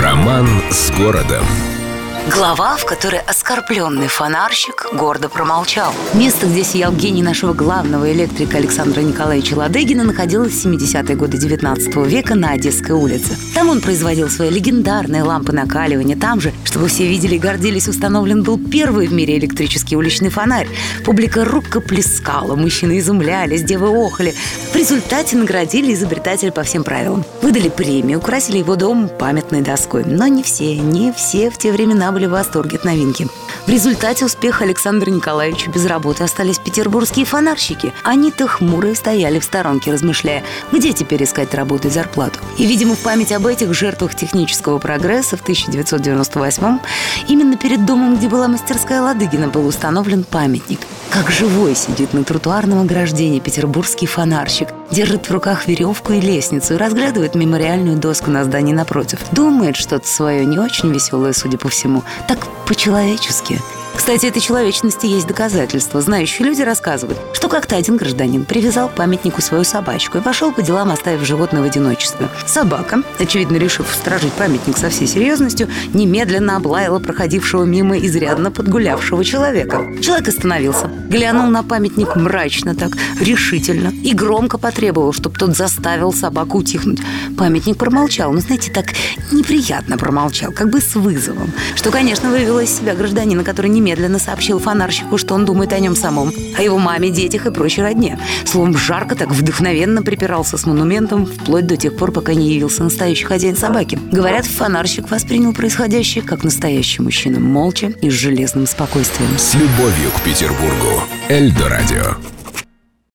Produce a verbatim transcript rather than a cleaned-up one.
Роман с городом. Глава, в которой оскорбленный фонарщик гордо промолчал. Место, где сиял гений нашего главного электрика Александра Николаевича Ладыгина, находилось в семидесятые годы девятнадцатого века на Одесской улице. Там он производил свои легендарные лампы накаливания. Там же, чтобы все видели и гордились, установлен был первый в мире электрический уличный фонарь. Публика рукоплескала, мужчины изумлялись, девы охали. В результате наградили изобретателя по всем правилам. Выдали премию, украсили его дом памятной доской. Но не все, не все в те времена были в восторге от новинки. В результате успеха Александра Николаевича без работы остались петербургские фонарщики. Они-то хмурые стояли в сторонке, размышляя, где теперь искать работу и зарплату. И, видимо, в память об этих жертвах технического прогресса в тысяча девятьсот девяносто восьмом именно перед домом, где была мастерская Ладыгина, был установлен памятник. Как живой сидит на тротуарном ограждении петербургский фонарщик, держит в руках веревку и лестницу и разглядывает мемориальную доску на здании напротив. Думает что-то свое не очень веселое, судя по всему. Так по-человечески. Кстати, этой человечности есть доказательства. Знающие люди рассказывают, что как-то один гражданин привязал к памятнику свою собачку и пошел по делам, оставив животное в одиночестве. Собака, очевидно решив сторожить памятник со всей серьезностью, немедленно облаяла проходившего мимо изрядно подгулявшего человека. Человек остановился, глянул на памятник мрачно так, решительно и громко потребовал, чтобы тот заставил собаку утихнуть. Памятник промолчал, но, знаете, так неприятно промолчал, как бы с вызовом, что, конечно, вывело из себя гражданина, который немедленно Медленно сообщил фонарщику, что он думает о нем самом, о его маме, детях и прочей родне. Словом, жарко так вдохновенно припирался с монументом вплоть до тех пор, пока не явился настоящий хозяин собаки. Говорят, фонарщик воспринял происходящее как настоящий мужчина, молча и с железным спокойствием. С любовью к Петербургу. Эльдо радио.